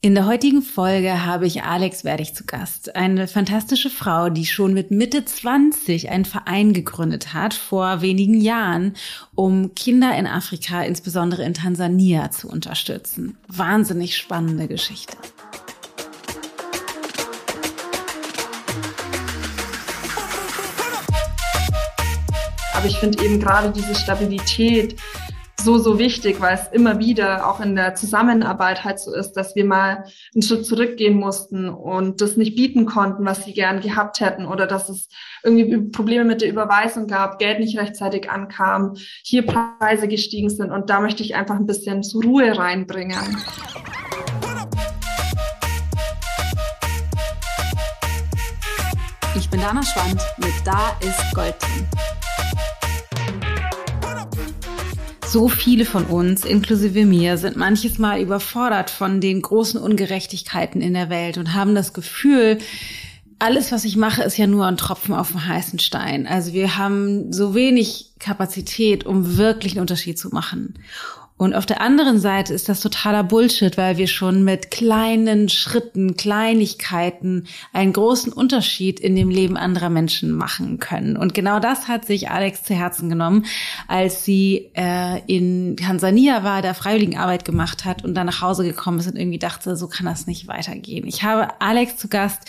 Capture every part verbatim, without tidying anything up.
In der heutigen Folge habe ich Alex Werdig zu Gast. Eine fantastische Frau, die schon mit Mitte zwanzig einen Verein gegründet hat, vor wenigen Jahren, um Kinder in Afrika, insbesondere in Tansania, zu unterstützen. Wahnsinnig spannende Geschichte. Aber ich finde eben gerade diese Stabilität so, so wichtig, weil es immer wieder auch in der Zusammenarbeit halt so ist, dass wir mal einen Schritt zurückgehen mussten und das nicht bieten konnten, was sie gern gehabt hätten, oder dass es irgendwie Probleme mit der Überweisung gab, Geld nicht rechtzeitig ankam, hier Preise gestiegen sind, und da möchte ich einfach ein bisschen zur Ruhe reinbringen. Ich bin Dana Schwand mit Da ist Gold drin. So viele von uns, inklusive mir, sind manches Mal überfordert von den großen Ungerechtigkeiten in der Welt und haben das Gefühl, alles, was ich mache, ist ja nur ein Tropfen auf dem heißen Stein. Also wir haben so wenig Kapazität, um wirklich einen Unterschied zu machen. Und auf der anderen Seite ist das totaler Bullshit, weil wir schon mit kleinen Schritten, Kleinigkeiten einen großen Unterschied in dem Leben anderer Menschen machen können. Und genau das hat sich Alex zu Herzen genommen, als sie äh, in Tansania war, da Freiwilligenarbeit gemacht hat und dann nach Hause gekommen ist und irgendwie dachte, so kann das nicht weitergehen. Ich habe Alex zu Gast,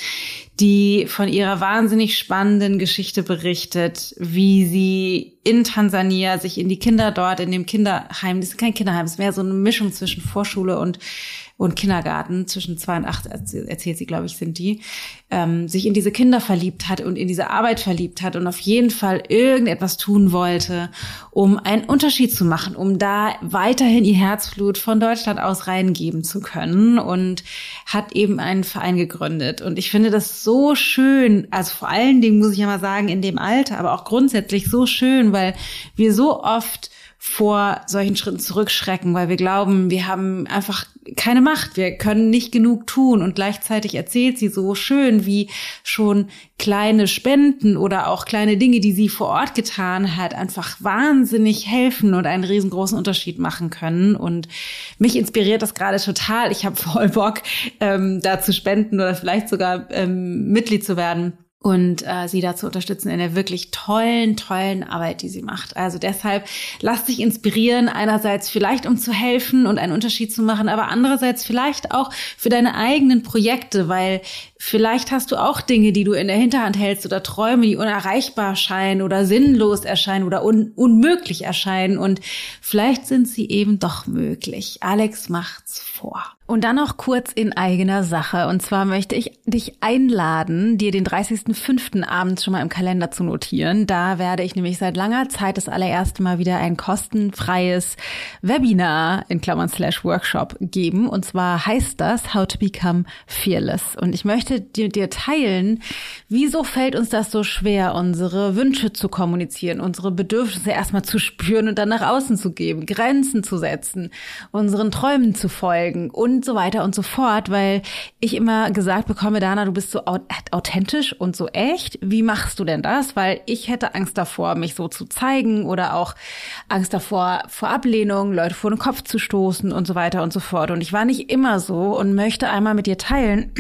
die von ihrer wahnsinnig spannenden Geschichte berichtet, wie sie in Tansania sich in die Kinder dort, in dem Kinderheim, das ist kein Kinderheim, es ist mehr so eine Mischung zwischen Vorschule und und Kindergarten, zwischen zwei und acht, erzählt sie, glaube ich, sind die, ähm, sich in diese Kinder verliebt hat und in diese Arbeit verliebt hat und auf jeden Fall irgendetwas tun wollte, um einen Unterschied zu machen, um da weiterhin ihr Herzblut von Deutschland aus reingeben zu können, und hat eben einen Verein gegründet. Und ich finde das so schön, also vor allen Dingen muss ich ja mal sagen, in dem Alter, aber auch grundsätzlich so schön, weil wir so oft vor solchen Schritten zurückschrecken, weil wir glauben, wir haben einfach keine Macht, wir können nicht genug tun, und gleichzeitig erzählt sie so schön, wie schon kleine Spenden oder auch kleine Dinge, die sie vor Ort getan hat, einfach wahnsinnig helfen und einen riesengroßen Unterschied machen können. Und mich inspiriert das gerade total. Ich habe voll Bock, ähm, da zu spenden oder vielleicht sogar ähm, Mitglied zu werden und äh, sie dazu unterstützen in der wirklich tollen, tollen Arbeit, die sie macht. Also deshalb, lass dich inspirieren, einerseits vielleicht um zu helfen und einen Unterschied zu machen, aber andererseits vielleicht auch für deine eigenen Projekte, weil vielleicht hast du auch Dinge, die du in der Hinterhand hältst, oder Träume, die unerreichbar erscheinen oder sinnlos erscheinen oder un- unmöglich erscheinen, und vielleicht sind sie eben doch möglich. Alex macht's vor. Und dann noch kurz in eigener Sache. Und zwar möchte ich dich einladen, dir den dreißigsten fünften abends schon mal im Kalender zu notieren. Da werde ich nämlich seit langer Zeit das allererste Mal wieder ein kostenfreies Webinar in Klammern slash Workshop geben. Und zwar heißt das How to Become Fearless. Und ich möchte dir, dir teilen, wieso fällt uns das so schwer, unsere Wünsche zu kommunizieren, unsere Bedürfnisse erstmal zu spüren und dann nach außen zu geben, Grenzen zu setzen, unseren Träumen zu folgen und so weiter und so fort, weil ich immer gesagt bekomme, Dana, du bist so authentisch und so echt. Wie machst du denn das? Weil ich hätte Angst davor, mich so zu zeigen, oder auch Angst davor, vor Ablehnung, Leute vor den Kopf zu stoßen und so weiter und so fort. Und ich war nicht immer so und möchte einmal mit dir teilen,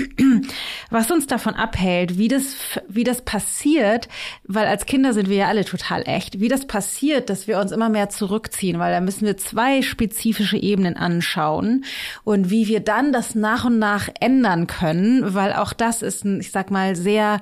was uns davon abhält, wie das, wie das passiert, weil als Kinder sind wir ja alle total echt, wie das passiert, dass wir uns immer mehr zurückziehen, weil da müssen wir zwei spezifische Ebenen anschauen und wie wir dann das nach und nach ändern können, weil auch das ist ein, ich sag mal, sehr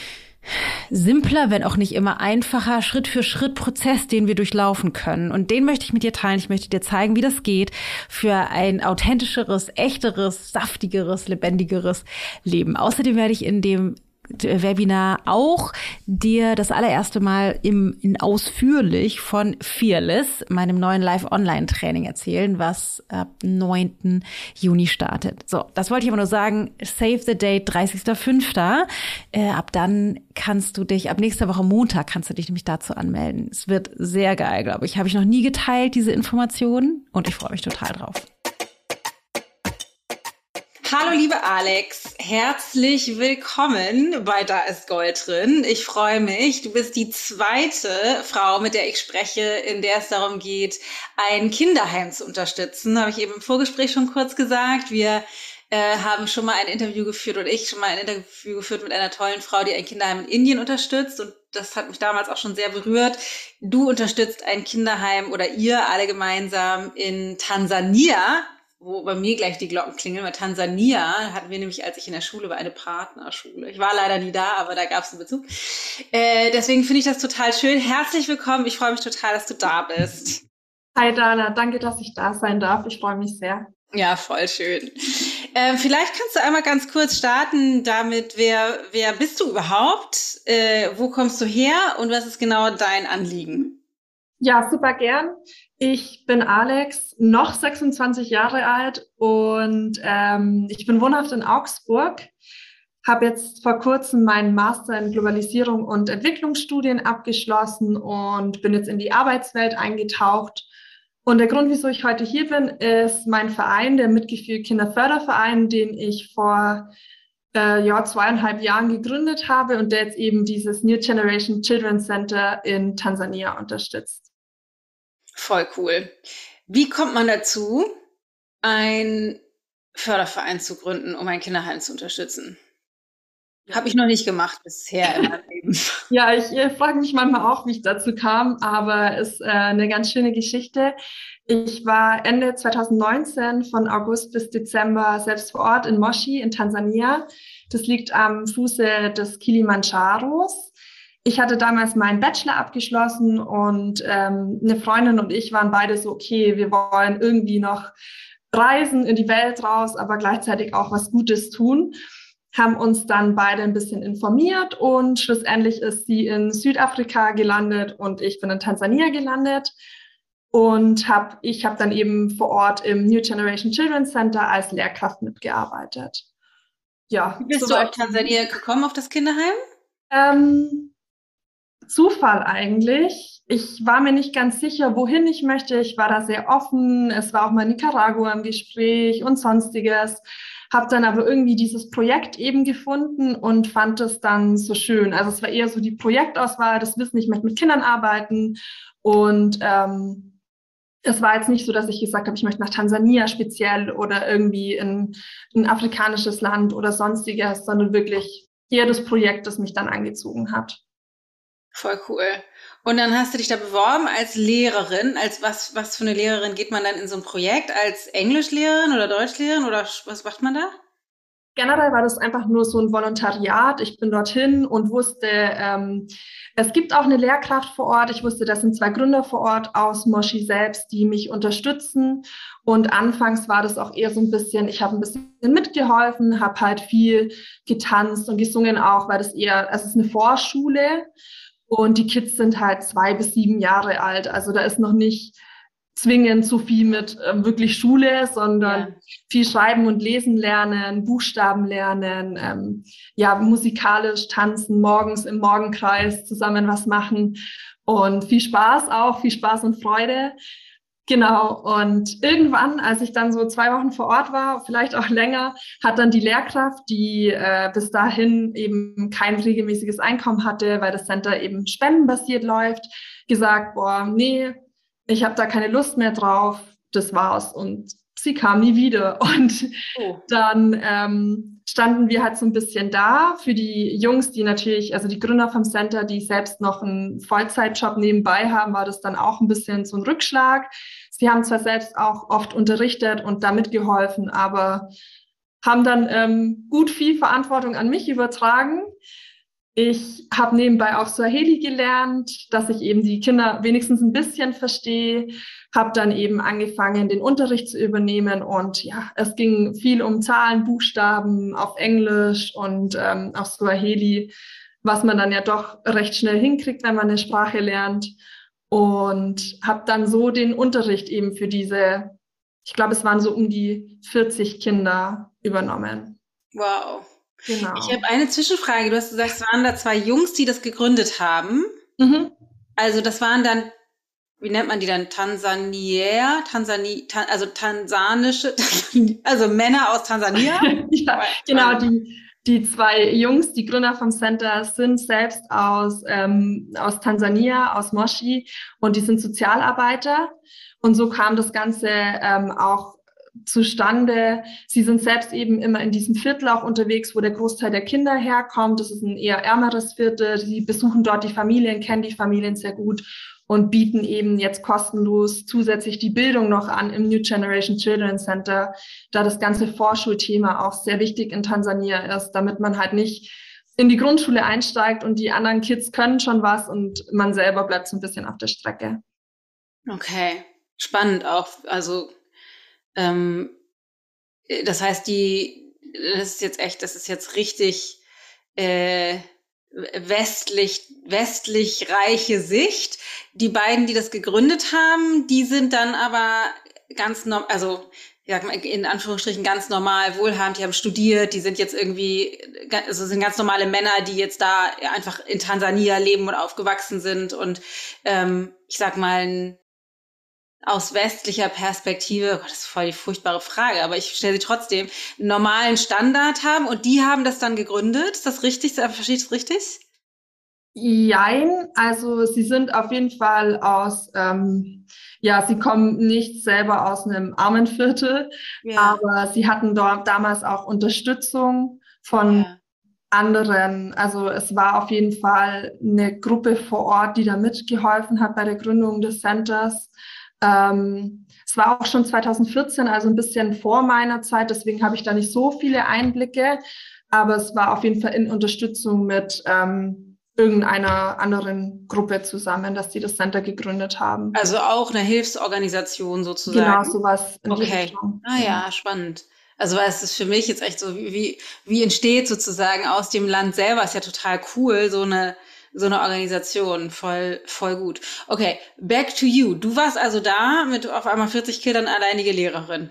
simpler, wenn auch nicht immer einfacher, Schritt für Schritt Prozess, den wir durchlaufen können. Und den möchte ich mit dir teilen. Ich möchte dir zeigen, wie das geht für ein authentischeres, echteres, saftigeres, lebendigeres Leben. Außerdem werde ich in dem Webinar auch dir das allererste Mal im in ausführlich von Fearless, meinem neuen Live-Online-Training, erzählen, was ab neunten Juni startet. So, das wollte ich aber nur sagen. Save the date, dreißigster fünfter Äh, ab dann kannst du dich, ab nächster Woche Montag kannst du dich nämlich dazu anmelden. Es wird sehr geil, glaube ich. Habe ich noch nie geteilt, diese Informationen, und ich freue mich total drauf. Hallo liebe Alex, herzlich willkommen bei Da ist Gold drin. Ich freue mich, du bist die zweite Frau, mit der ich spreche, in der es darum geht, ein Kinderheim zu unterstützen. Habe ich eben im Vorgespräch schon kurz gesagt. Wir äh, haben schon mal ein Interview geführt und ich schon mal ein Interview geführt mit einer tollen Frau, die ein Kinderheim in Indien unterstützt. Und das hat mich damals auch schon sehr berührt. Du unterstützt ein Kinderheim oder ihr alle gemeinsam in Tansania, wo bei mir gleich die Glocken klingeln. Bei Tansania hatten wir nämlich, als ich in der Schule war, eine Partnerschule. Ich war leider nie da, aber da gab es einen Bezug. Äh, deswegen finde ich das total schön. Herzlich willkommen. Ich freue mich total, dass du da bist. Hi Dana, danke, dass ich da sein darf. Ich freue mich sehr. Ja, voll schön. Äh, vielleicht kannst du einmal ganz kurz starten damit, wer, wer bist du überhaupt? Äh, wo kommst du her und was ist genau dein Anliegen? Ja, super gern. Ich bin Alex, noch sechsundzwanzig Jahre alt und ähm, ich bin wohnhaft in Augsburg. Habe jetzt vor kurzem meinen Master in Globalisierung und Entwicklungsstudien abgeschlossen und bin jetzt in die Arbeitswelt eingetaucht. Und der Grund, wieso ich heute hier bin, ist mein Verein, der Mitgefühl Kinderförderverein, den ich vor äh, ja, zweieinhalb Jahren gegründet habe und der jetzt eben dieses New Generation Children Center in Tansania unterstützt. Voll cool. Wie kommt man dazu, einen Förderverein zu gründen, um ein Kinderheim zu unterstützen? Habe ich noch nicht gemacht bisher in meinem Leben. Ja, ich äh, frage mich manchmal auch, wie ich dazu kam, aber es ist äh, eine ganz schöne Geschichte. Ich war Ende zwanzig neunzehn von August bis Dezember selbst vor Ort in Moshi in Tansania. Das liegt am Fuße des Kilimandscharos. Ich hatte damals meinen Bachelor abgeschlossen und ähm, eine Freundin und ich waren beide so, okay, wir wollen irgendwie noch reisen in die Welt raus, aber gleichzeitig auch was Gutes tun. Haben uns dann beide ein bisschen informiert und schlussendlich ist sie in Südafrika gelandet und ich bin in Tansania gelandet und hab, ich habe dann eben vor Ort im New Generation Children Center als Lehrkraft mitgearbeitet. Ja. Wie bist du auf Tansania gekommen, auf das Kinderheim? Ähm, Zufall eigentlich. Ich war mir nicht ganz sicher, wohin ich möchte. Ich war da sehr offen. Es war auch mal Nicaragua im Gespräch und sonstiges. Habe dann aber irgendwie dieses Projekt eben gefunden und fand es dann so schön. Also es war eher so die Projektauswahl, das Wissen, ich möchte mit Kindern arbeiten. Und ähm, es war jetzt nicht so, dass ich gesagt habe, ich möchte nach Tansania speziell oder irgendwie in ein afrikanisches Land oder sonstiges, sondern wirklich eher das Projekt, das mich dann angezogen hat. Voll cool. Und dann hast du dich da beworben als Lehrerin. Als was, was für eine Lehrerin geht man dann in so ein Projekt? Als Englischlehrerin oder Deutschlehrerin oder was macht man da? Generell war das einfach nur so ein Volontariat. Ich bin dorthin und wusste, ähm, es gibt auch eine Lehrkraft vor Ort. Ich wusste, das sind zwei Gründer vor Ort aus Moshi selbst, die mich unterstützen. Und anfangs war das auch eher so ein bisschen, ich habe ein bisschen mitgeholfen, habe halt viel getanzt und gesungen auch, weil das eher, es ist eine Vorschule. Und die Kids sind halt zwei bis sieben Jahre alt. Also da ist noch nicht zwingend so viel mit ähm, wirklich Schule, sondern ja. viel Schreiben und Lesen lernen, Buchstaben lernen, ähm, ja, musikalisch tanzen, morgens im Morgenkreis zusammen was machen und viel Spaß auch, viel Spaß und Freude. Genau, und irgendwann, als ich dann so zwei Wochen vor Ort war, vielleicht auch länger, hat dann die Lehrkraft, die äh, bis dahin eben kein regelmäßiges Einkommen hatte, weil das Center eben spendenbasiert läuft, gesagt, boah, nee, ich habe da keine Lust mehr drauf, das war's. Und sie kam nie wieder. Und oh. dann ähm, standen wir halt so ein bisschen da für die Jungs, die natürlich, also die Gründer vom Center, die selbst noch einen Vollzeitjob nebenbei haben, war das dann auch ein bisschen so ein Rückschlag. Sie haben zwar selbst auch oft unterrichtet und damit geholfen, aber haben dann ähm, gut viel Verantwortung an mich übertragen. Ich habe nebenbei auch Swahili gelernt, dass ich eben die Kinder wenigstens ein bisschen verstehe, habe dann eben angefangen, den Unterricht zu übernehmen und ja, es ging viel um Zahlen, Buchstaben auf Englisch und ähm, auf Swahili, was man dann ja doch recht schnell hinkriegt, wenn man eine Sprache lernt und habe dann so den Unterricht eben für diese, ich glaube, es waren so um die vierzig Kinder übernommen. Wow. Genau. Ich habe eine Zwischenfrage. Du hast gesagt, es waren da zwei Jungs, die das gegründet haben. Mhm. Also das waren dann, wie nennt man die dann? Tansanier, Tansani, tan, also tansanische, also Männer aus Tansania? Ja, genau, die, die zwei Jungs, die Gründer vom Center, sind selbst aus, ähm, aus Tansania, aus Moshi und die sind Sozialarbeiter. Und so kam das Ganze ähm, auch zustande. Sie sind selbst eben immer in diesem Viertel auch unterwegs, wo der Großteil der Kinder herkommt. Das ist ein eher ärmeres Viertel. Sie besuchen dort die Familien, kennen die Familien sehr gut und bieten eben jetzt kostenlos zusätzlich die Bildung noch an im New Generation Children Center, da das ganze Vorschulthema auch sehr wichtig in Tansania ist, damit man halt nicht in die Grundschule einsteigt und die anderen Kids können schon was und man selber bleibt so ein bisschen auf der Strecke. Okay, spannend auch. Also ähm, das heißt, die, das ist jetzt echt, das ist jetzt richtig äh, westlich, westlich reiche Sicht. Die beiden, die das gegründet haben, die sind dann aber ganz normal, also ja, in Anführungsstrichen ganz normal wohlhabend, die haben studiert, die sind jetzt irgendwie, also sind ganz normale Männer, die jetzt da einfach in Tansania leben und aufgewachsen sind und ähm, ich sag mal, ein, aus westlicher Perspektive, Gott, das ist voll die furchtbare Frage, aber ich stelle sie trotzdem, einen normalen Standard haben und die haben das dann gegründet. Ist das richtig? Verstehe ich das richtig? Jein, also sie sind auf jeden Fall aus, ähm, ja, sie kommen nicht selber aus einem armen Viertel, Ja. aber sie hatten dort damals auch Unterstützung von Ja. anderen. Also es war auf jeden Fall eine Gruppe vor Ort, die da mitgeholfen hat bei der Gründung des Centers. Ähm, es war auch schon zwanzig vierzehn, also ein bisschen vor meiner Zeit, deswegen habe ich da nicht so viele Einblicke, aber es war auf jeden Fall in Unterstützung mit ähm, irgendeiner anderen Gruppe zusammen, dass die das Center gegründet haben. Also auch eine Hilfsorganisation sozusagen. Genau, sowas in die Okay. Richtung. Ah ja, spannend. Also weil es ist für mich jetzt echt so, wie, wie entsteht sozusagen aus dem Land selber, ist ja total cool, so eine so eine Organisation, voll voll gut. Okay, back to you. Du warst also da mit auf einmal vierzig Kindern alleinige Lehrerin.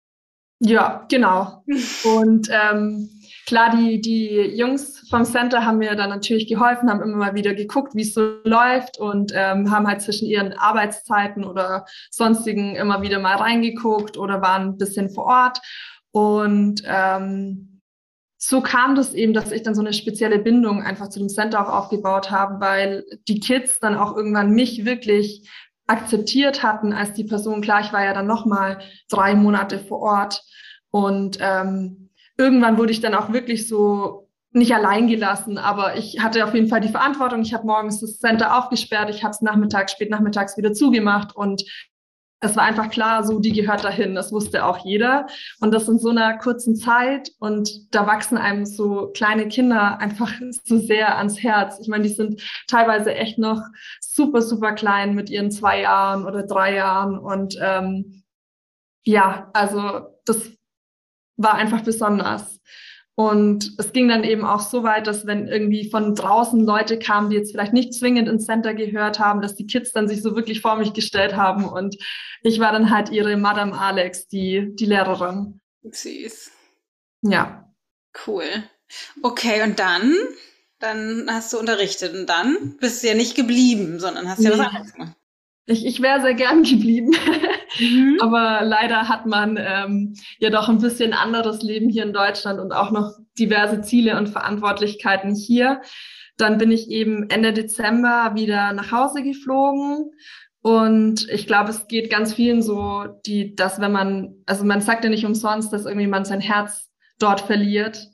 Ja, genau. Und ähm, klar, die, die Jungs vom Center haben mir dann natürlich geholfen, haben immer mal wieder geguckt, wie es so läuft und ähm, haben halt zwischen ihren Arbeitszeiten oder sonstigen immer wieder mal reingeguckt oder waren ein bisschen vor Ort. Und ähm, so kam das eben, dass ich dann so eine spezielle Bindung einfach zu dem Center auch aufgebaut habe, weil die Kids dann auch irgendwann mich wirklich akzeptiert hatten als die Person. Klar, ich war ja dann noch mal drei Monate vor Ort und ähm, irgendwann wurde ich dann auch wirklich so nicht allein gelassen, aber ich hatte auf jeden Fall die Verantwortung. Ich habe morgens das Center aufgesperrt, ich habe es nachmittags, spät nachmittags wieder zugemacht und es war einfach klar, so, die gehört dahin. Das wusste auch jeder. Und das in so einer kurzen Zeit. Und da wachsen einem so kleine Kinder einfach so sehr ans Herz. Ich meine, die sind teilweise echt noch super, super klein mit ihren zwei Jahren oder drei Jahren. Und ähm, ja, also das war einfach besonders. Und es ging dann eben auch so weit, dass wenn irgendwie von draußen Leute kamen, die jetzt vielleicht nicht zwingend ins Center gehört haben, dass die Kids dann sich so wirklich vor mich gestellt haben. Und ich war dann halt ihre Madame Alex, die, die Lehrerin. Süß. Ja. Cool. Okay, und dann? Dann hast du unterrichtet und dann bist du ja nicht geblieben, sondern hast ja was anderes gemacht. Ich, ich wäre sehr gern geblieben, mhm. aber leider hat man ähm, ja doch ein bisschen anderes Leben hier in Deutschland und auch noch diverse Ziele und Verantwortlichkeiten hier. Dann bin ich eben Ende Dezember wieder nach Hause geflogen und ich glaube, es geht ganz vielen so, die, dass wenn man, also man sagt ja nicht umsonst, dass irgendwie man sein Herz dort verliert.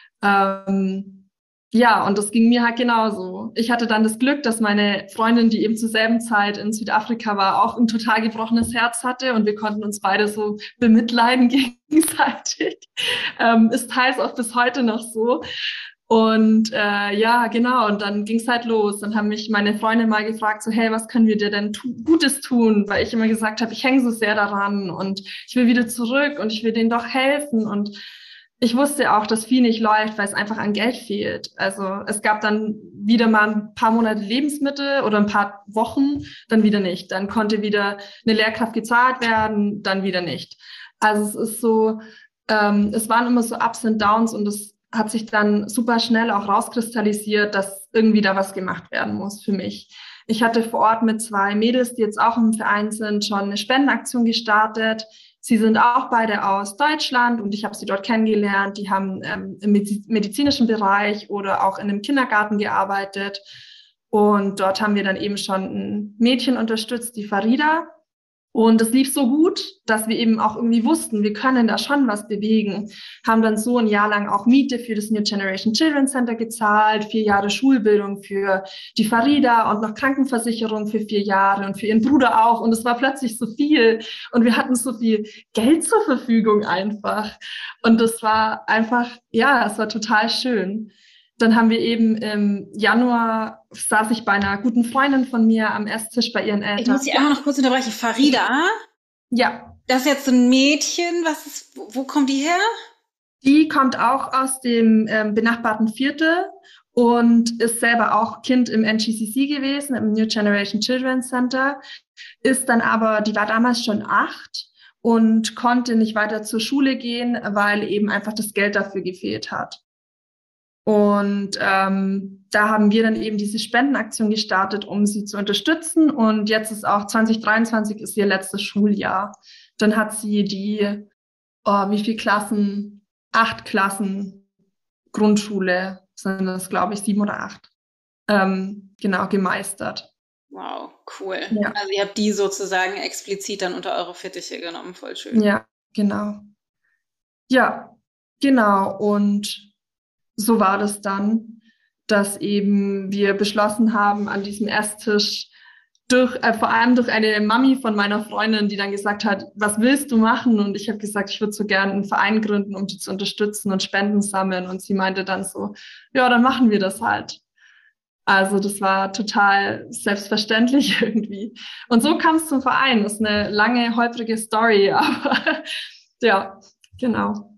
Ähm, Ja, und das ging mir halt genauso. Ich hatte dann das Glück, dass meine Freundin, die eben zur selben Zeit in Südafrika war, auch ein total gebrochenes Herz hatte und wir konnten uns beide so bemitleiden gegenseitig. Ähm, ist teils auch bis heute noch so. Und äh, ja, genau, und dann ging's halt los. Dann haben mich meine Freunde mal gefragt, so, hey, was können wir dir denn tu- Gutes tun? Weil ich immer gesagt habe, ich hänge so sehr daran und ich will wieder zurück und ich will denen doch helfen. Und ich wusste auch, dass viel nicht läuft, weil es einfach an Geld fehlt. Also es gab dann wieder mal ein paar Monate Lebensmittel oder ein paar Wochen, dann wieder nicht. Dann konnte wieder eine Lehrkraft gezahlt werden, dann wieder nicht. Also es ist so, ähm, es waren immer so Ups und Downs und es hat sich dann super schnell auch rauskristallisiert, dass irgendwie da was gemacht werden muss für mich. Ich hatte vor Ort mit zwei Mädels, die jetzt auch im Verein sind, schon eine Spendenaktion gestartet. Sie sind auch beide aus Deutschland und ich habe sie dort kennengelernt. Die haben ähm, im medizinischen Bereich oder auch in einem Kindergarten gearbeitet. Und dort haben wir dann eben schon ein Mädchen unterstützt, die Farida. Und es lief so gut, dass wir eben auch irgendwie wussten, wir können da schon was bewegen. Haben dann so ein Jahr lang auch Miete für das New Generation Children's Center gezahlt, vier Jahre Schulbildung für die Farida und noch Krankenversicherung für vier Jahre und für ihren Bruder auch. Und es war plötzlich so viel und wir hatten so viel Geld zur Verfügung einfach. Und das war einfach, ja, es war total schön. Dann haben wir eben im Januar, saß ich bei einer guten Freundin von mir am Esstisch bei ihren Eltern. Ich muss Sie einmal noch kurz unterbrechen. Farida? Ja. Das ist jetzt so ein Mädchen. Was ist, wo, wo kommt die her? Die kommt auch aus dem ähm, benachbarten Viertel und ist selber auch Kind im N G C C gewesen, im New Generation Children's Center. Ist dann aber, die war damals schon acht und konnte nicht weiter zur Schule gehen, weil eben einfach das Geld dafür gefehlt hat. Und ähm, da haben wir dann eben diese Spendenaktion gestartet, um sie zu unterstützen. Und jetzt ist auch zwanzig dreiundzwanzig ist ihr letztes Schuljahr. Dann hat sie die, oh, wie viele Klassen? Acht Klassen Grundschule, sind das, glaube ich, sieben oder acht, ähm, genau, gemeistert. Wow, cool. Ja. Also ihr habt die sozusagen explizit dann unter eure Fittiche genommen, voll schön. Ja, genau. Ja, genau. Und so war das dann, dass eben wir beschlossen haben, an diesem Esstisch durch, äh, vor allem durch eine Mami von meiner Freundin, die dann gesagt hat, was willst du machen? Und ich habe gesagt, ich würde so gerne einen Verein gründen, um die zu unterstützen und Spenden sammeln. Und sie meinte dann so, ja, dann machen wir das halt. Also das war total selbstverständlich irgendwie. Und so kam es zum Verein. Das ist eine lange, holprige Story, aber ja, genau.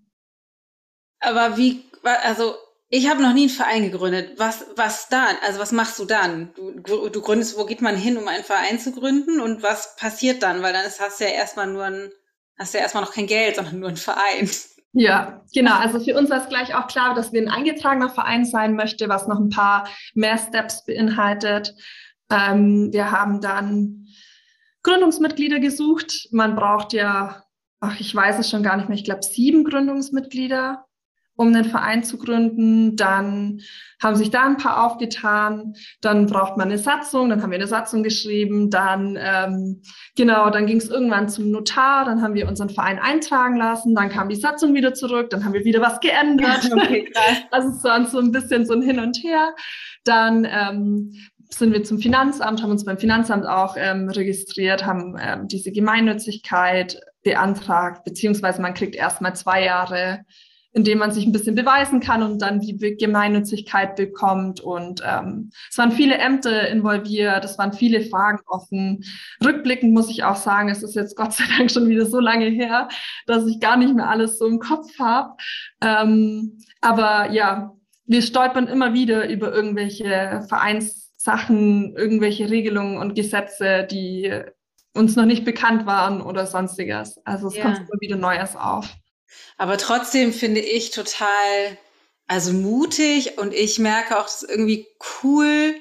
Aber wie, also ich habe noch nie einen Verein gegründet. Was, was dann? Also was machst du dann? Du, du gründest, wo geht man hin, um einen Verein zu gründen? Und was passiert dann? Weil dann ist, hast du ja erstmal nur ein, hast du ja erstmal noch kein Geld, sondern nur einen Verein. Ja, genau. Also für uns war es gleich auch klar, dass wir ein eingetragener Verein sein möchte, was noch ein paar mehr Steps beinhaltet. Ähm, wir haben dann Gründungsmitglieder gesucht. Man braucht ja, ach, ich weiß es schon gar nicht mehr, ich glaube sieben Gründungsmitglieder, um einen Verein zu gründen. Dann haben sich da ein paar aufgetan. Dann braucht man eine Satzung. Dann haben wir eine Satzung geschrieben. Dann, ähm, genau, dann ging es irgendwann zum Notar. Dann haben wir unseren Verein eintragen lassen. Dann kam die Satzung wieder zurück. Dann haben wir wieder was geändert. Okay, krass. Also es war so ein bisschen so ein Hin und Her. Dann ähm, sind wir zum Finanzamt, haben uns beim Finanzamt auch ähm, registriert, haben ähm, diese Gemeinnützigkeit beantragt, beziehungsweise man kriegt erstmal zwei Jahre, in dem man sich ein bisschen beweisen kann und dann die Gemeinnützigkeit bekommt. Und ähm, es waren viele Ämter involviert, es waren viele Fragen offen. Rückblickend muss ich auch sagen, es ist jetzt Gott sei Dank schon wieder so lange her, dass ich gar nicht mehr alles so im Kopf habe. Ähm, aber ja, wir stolpern immer wieder über irgendwelche Vereinssachen, irgendwelche Regelungen und Gesetze, die uns noch nicht bekannt waren oder sonstiges. Also es ja. kommt immer wieder Neues auf. Aber trotzdem finde ich total, also mutig, und ich merke auch, das ist irgendwie cool,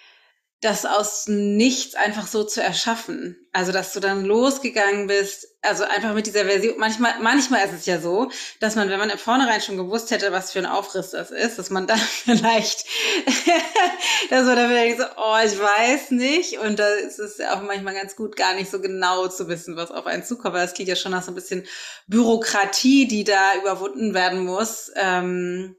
das aus nichts einfach so zu erschaffen. Also, dass du dann losgegangen bist, also einfach mit dieser Version. Manchmal, manchmal ist es ja so, dass man, wenn man im Vornherein schon gewusst hätte, was für ein Aufriss das ist, dass man dann vielleicht, dass man dann vielleicht so, oh, ich weiß nicht. Und da ist es auch manchmal ganz gut, gar nicht so genau zu wissen, was auf einen zukommt. Weil es klingt ja schon nach so ein bisschen Bürokratie, die da überwunden werden muss. Ähm,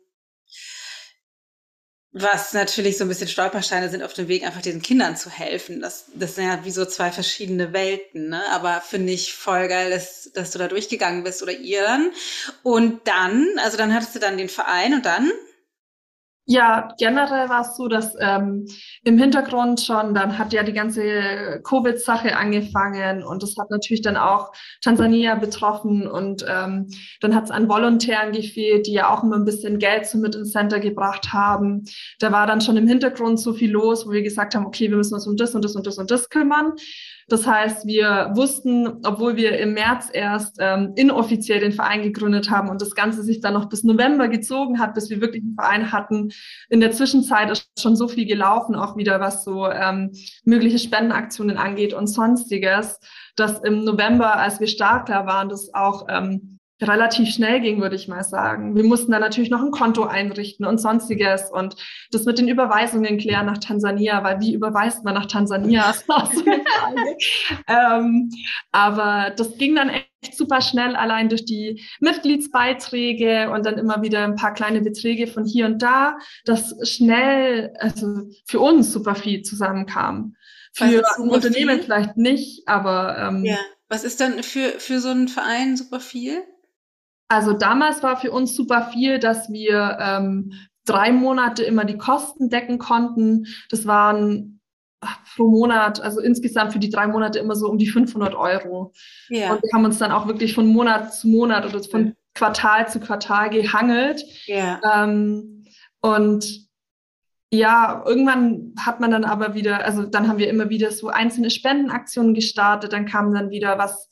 Was natürlich so ein bisschen Stolpersteine sind auf dem Weg, einfach diesen Kindern zu helfen. Das, das sind ja wie so zwei verschiedene Welten, ne? Aber finde ich voll geil, dass, dass du da durchgegangen bist oder ihr dann. Und dann, also dann hattest du dann den Verein und dann? Ja, generell war es so, dass ähm, im Hintergrund schon, dann hat ja die ganze Covid-Sache angefangen und das hat natürlich dann auch Tansania betroffen und ähm, dann hat es an Volontären gefehlt, die ja auch immer ein bisschen Geld so mit ins Center gebracht haben. Da war dann schon im Hintergrund so viel los, wo wir gesagt haben, okay, wir müssen uns um das und das und das und das kümmern. Das heißt, wir wussten, obwohl wir im März erst ähm, inoffiziell den Verein gegründet haben und das Ganze sich dann noch bis November gezogen hat, bis wir wirklich einen Verein hatten. In der Zwischenzeit ist schon so viel gelaufen, auch wieder was so ähm, mögliche Spendenaktionen angeht und sonstiges, dass im November, als wir startklar waren, das auch ähm, relativ schnell ging, würde ich mal sagen. Wir mussten dann natürlich noch ein Konto einrichten und sonstiges und das mit den Überweisungen klären nach Tansania, weil wie überweist man nach Tansania? Das war so eine Frage. ähm, aber das ging dann echt super schnell, allein durch die Mitgliedsbeiträge und dann immer wieder ein paar kleine Beträge von hier und da, dass schnell, also für uns super viel zusammenkam. Für ein Unternehmen viel? Vielleicht nicht, aber ähm, ja. Was ist dann für, für so einen Verein super viel? Also damals war für uns super viel, dass wir ähm, drei Monate immer die Kosten decken konnten. Das waren ach, pro Monat, also insgesamt für die drei Monate immer so um die fünfhundert Euro. Ja. Und wir haben uns dann auch wirklich von Monat zu Monat oder von ja. Quartal zu Quartal gehangelt. Ja. Ähm, und ja, irgendwann hat man dann aber wieder, also dann haben wir immer wieder so einzelne Spendenaktionen gestartet, dann kam dann wieder was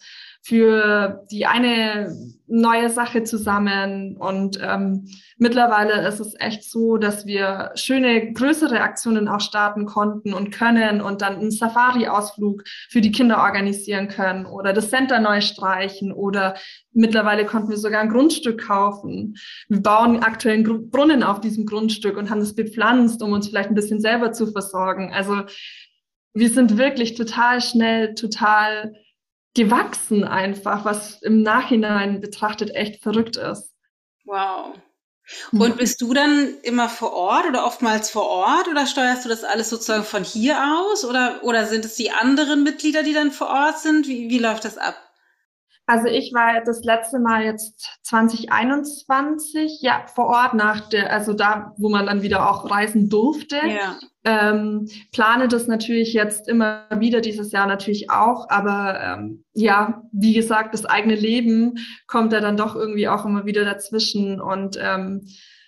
für die eine neue Sache zusammen und ähm, mittlerweile ist es echt so, dass wir schöne, größere Aktionen auch starten konnten und können und dann einen Safari-Ausflug für die Kinder organisieren können oder das Center neu streichen oder mittlerweile konnten wir sogar ein Grundstück kaufen. Wir bauen aktuell einen Brunnen auf diesem Grundstück und haben es bepflanzt, um uns vielleicht ein bisschen selber zu versorgen. Also wir sind wirklich total schnell, total gewachsen einfach, was im Nachhinein betrachtet echt verrückt ist. Wow. Und bist du dann immer vor Ort oder oftmals vor Ort oder steuerst du das alles sozusagen von hier aus oder, oder sind es die anderen Mitglieder, die dann vor Ort sind? Wie, wie läuft das ab? Also ich war das letzte Mal jetzt zwanzig einundzwanzig, ja, vor Ort nach der, also da, wo man dann wieder auch reisen durfte. Ja. Ähm, plane das natürlich jetzt immer wieder dieses Jahr natürlich auch, aber ähm, ja, wie gesagt, das eigene Leben kommt da dann doch irgendwie auch immer wieder dazwischen und ähm,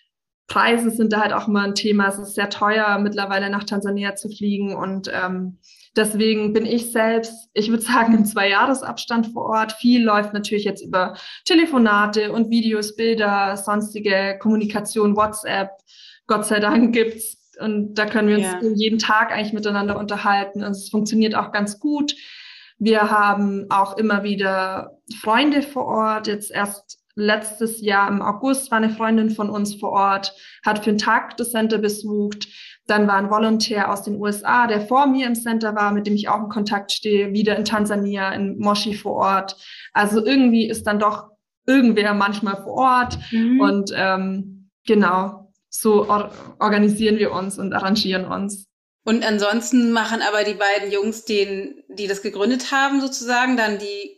Preise sind da halt auch immer ein Thema. Es ist sehr teuer, mittlerweile nach Tansania zu fliegen und ähm, deswegen bin ich selbst, ich würde sagen, im Zwei-Jahres-Abstand vor Ort. Viel läuft natürlich jetzt über Telefonate und Videos, Bilder, sonstige Kommunikation, WhatsApp. Gott sei Dank gibt's und da können wir uns ja. jeden Tag eigentlich miteinander unterhalten. Und es funktioniert auch ganz gut. Wir haben auch immer wieder Freunde vor Ort. Jetzt erst letztes Jahr im August war eine Freundin von uns vor Ort, hat für einen Tag das Center besucht. Dann war ein Volontär aus den U S A, der vor mir im Center war, mit dem ich auch in Kontakt stehe, wieder in Tansania, in Moshi vor Ort. Also irgendwie ist dann doch irgendwer manchmal vor Ort. Mhm. Und ähm, genau, so or- organisieren wir uns und arrangieren uns. Und ansonsten machen aber die beiden Jungs, den, die das gegründet haben, sozusagen dann die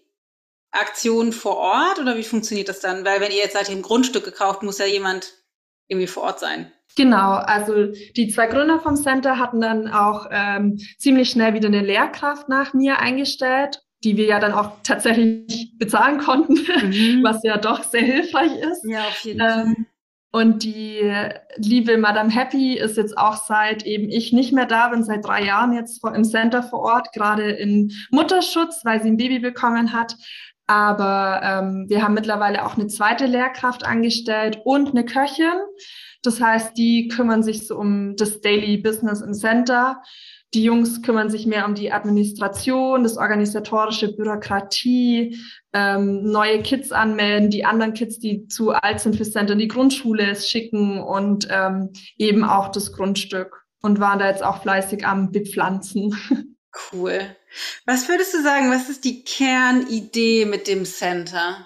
Aktion vor Ort oder wie funktioniert das dann? Weil wenn ihr jetzt seid ihr ein Grundstück gekauft, muss ja jemand irgendwie vor Ort sein. Genau, also die zwei Gründer vom Center hatten dann auch ähm, ziemlich schnell wieder eine Lehrkraft nach mir eingestellt, die wir ja dann auch tatsächlich bezahlen konnten, mhm. was ja doch sehr hilfreich ist. Ja, auf jeden Fall. Ähm, und die liebe Madame Happy ist jetzt auch seit eben ich nicht mehr da bin, seit drei Jahren jetzt vor, im Center vor Ort, gerade in Mutterschutz, weil sie ein Baby bekommen hat. Aber ähm, wir haben mittlerweile auch eine zweite Lehrkraft angestellt und eine Köchin. Das heißt, die kümmern sich so um das Daily Business im Center. Die Jungs kümmern sich mehr um die Administration, das organisatorische, Bürokratie, ähm, neue Kids anmelden, die anderen Kids, die zu alt sind fürs Center, in die Grundschule schicken und ähm, eben auch das Grundstück und waren da jetzt auch fleißig am Bepflanzen. Cool. Was würdest du sagen, was ist die Kernidee mit dem Center?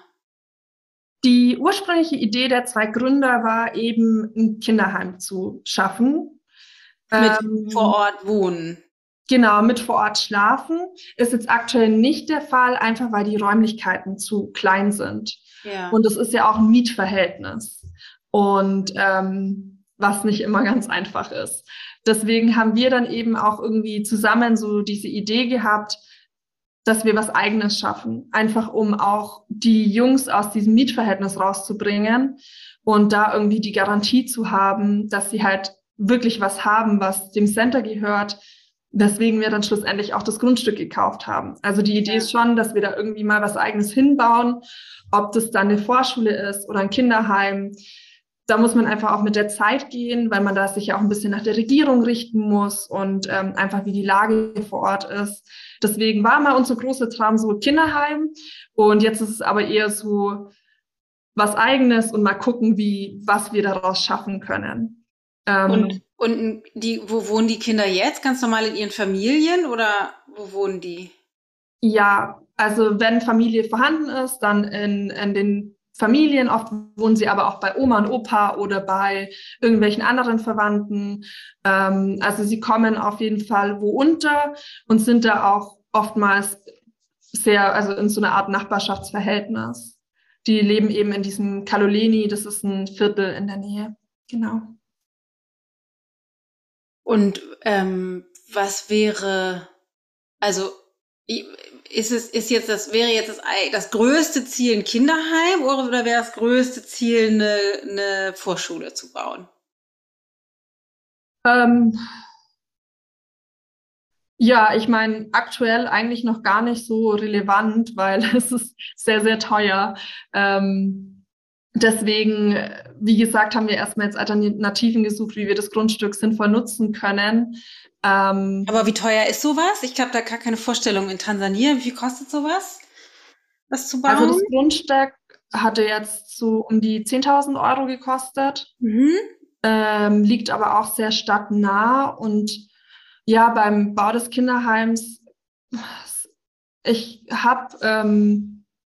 Die ursprüngliche Idee der zwei Gründer war eben, ein Kinderheim zu schaffen. Mit ähm, vor Ort wohnen. Genau, mit vor Ort schlafen. Ist jetzt aktuell nicht der Fall, einfach weil die Räumlichkeiten zu klein sind. Ja. Und es ist ja auch ein Mietverhältnis. Und ähm, was nicht immer ganz einfach ist. Deswegen haben wir dann eben auch irgendwie zusammen so diese Idee gehabt, dass wir was Eigenes schaffen, einfach um auch die Jungs aus diesem Mietverhältnis rauszubringen und da irgendwie die Garantie zu haben, dass sie halt wirklich was haben, was dem Center gehört, weswegen wir dann schlussendlich auch das Grundstück gekauft haben. Also die Idee ja. ist schon, dass wir da irgendwie mal was Eigenes hinbauen, ob das dann eine Vorschule ist oder ein Kinderheim. Da muss man einfach auch mit der Zeit gehen, weil man da sich ja auch ein bisschen nach der Regierung richten muss und ähm, einfach wie die Lage vor Ort ist. Deswegen war mal unser großer Traum so Kinderheim und jetzt ist es aber eher so was Eigenes und mal gucken, wie, was wir daraus schaffen können. Ähm, Und, und die, wo wohnen die Kinder jetzt? Ganz normal in ihren Familien oder wo wohnen die? Ja, also wenn Familie vorhanden ist, dann in, in den Familien. Oft wohnen sie aber auch bei Oma und Opa oder bei irgendwelchen anderen Verwandten. Ähm, also sie kommen auf jeden Fall wo unter und sind da auch oftmals sehr, also in so einer Art Nachbarschaftsverhältnis. Die leben eben in diesem Kaloleni, das ist ein Viertel in der Nähe. Genau. Und ähm, was wäre, also ist es, ist jetzt das, wäre jetzt das, das größte Ziel ein Kinderheim oder wäre das größte Ziel eine, eine Vorschule zu bauen? Ähm, ja, ich meine, aktuell eigentlich noch gar nicht so relevant, weil es ist sehr, sehr teuer. Ähm, deswegen, wie gesagt, haben wir erstmal jetzt Alternativen gesucht, wie wir das Grundstück sinnvoll nutzen können. Ähm, Aber wie teuer ist sowas? Ich habe da gar keine Vorstellung. In Tansania, wie viel kostet sowas, das zu bauen? Also das Grundstück hatte jetzt so um die zehntausend Euro gekostet, Mhm. ähm, liegt aber auch sehr stadtnah. Und ja, beim Bau des Kinderheims, ich habe ähm,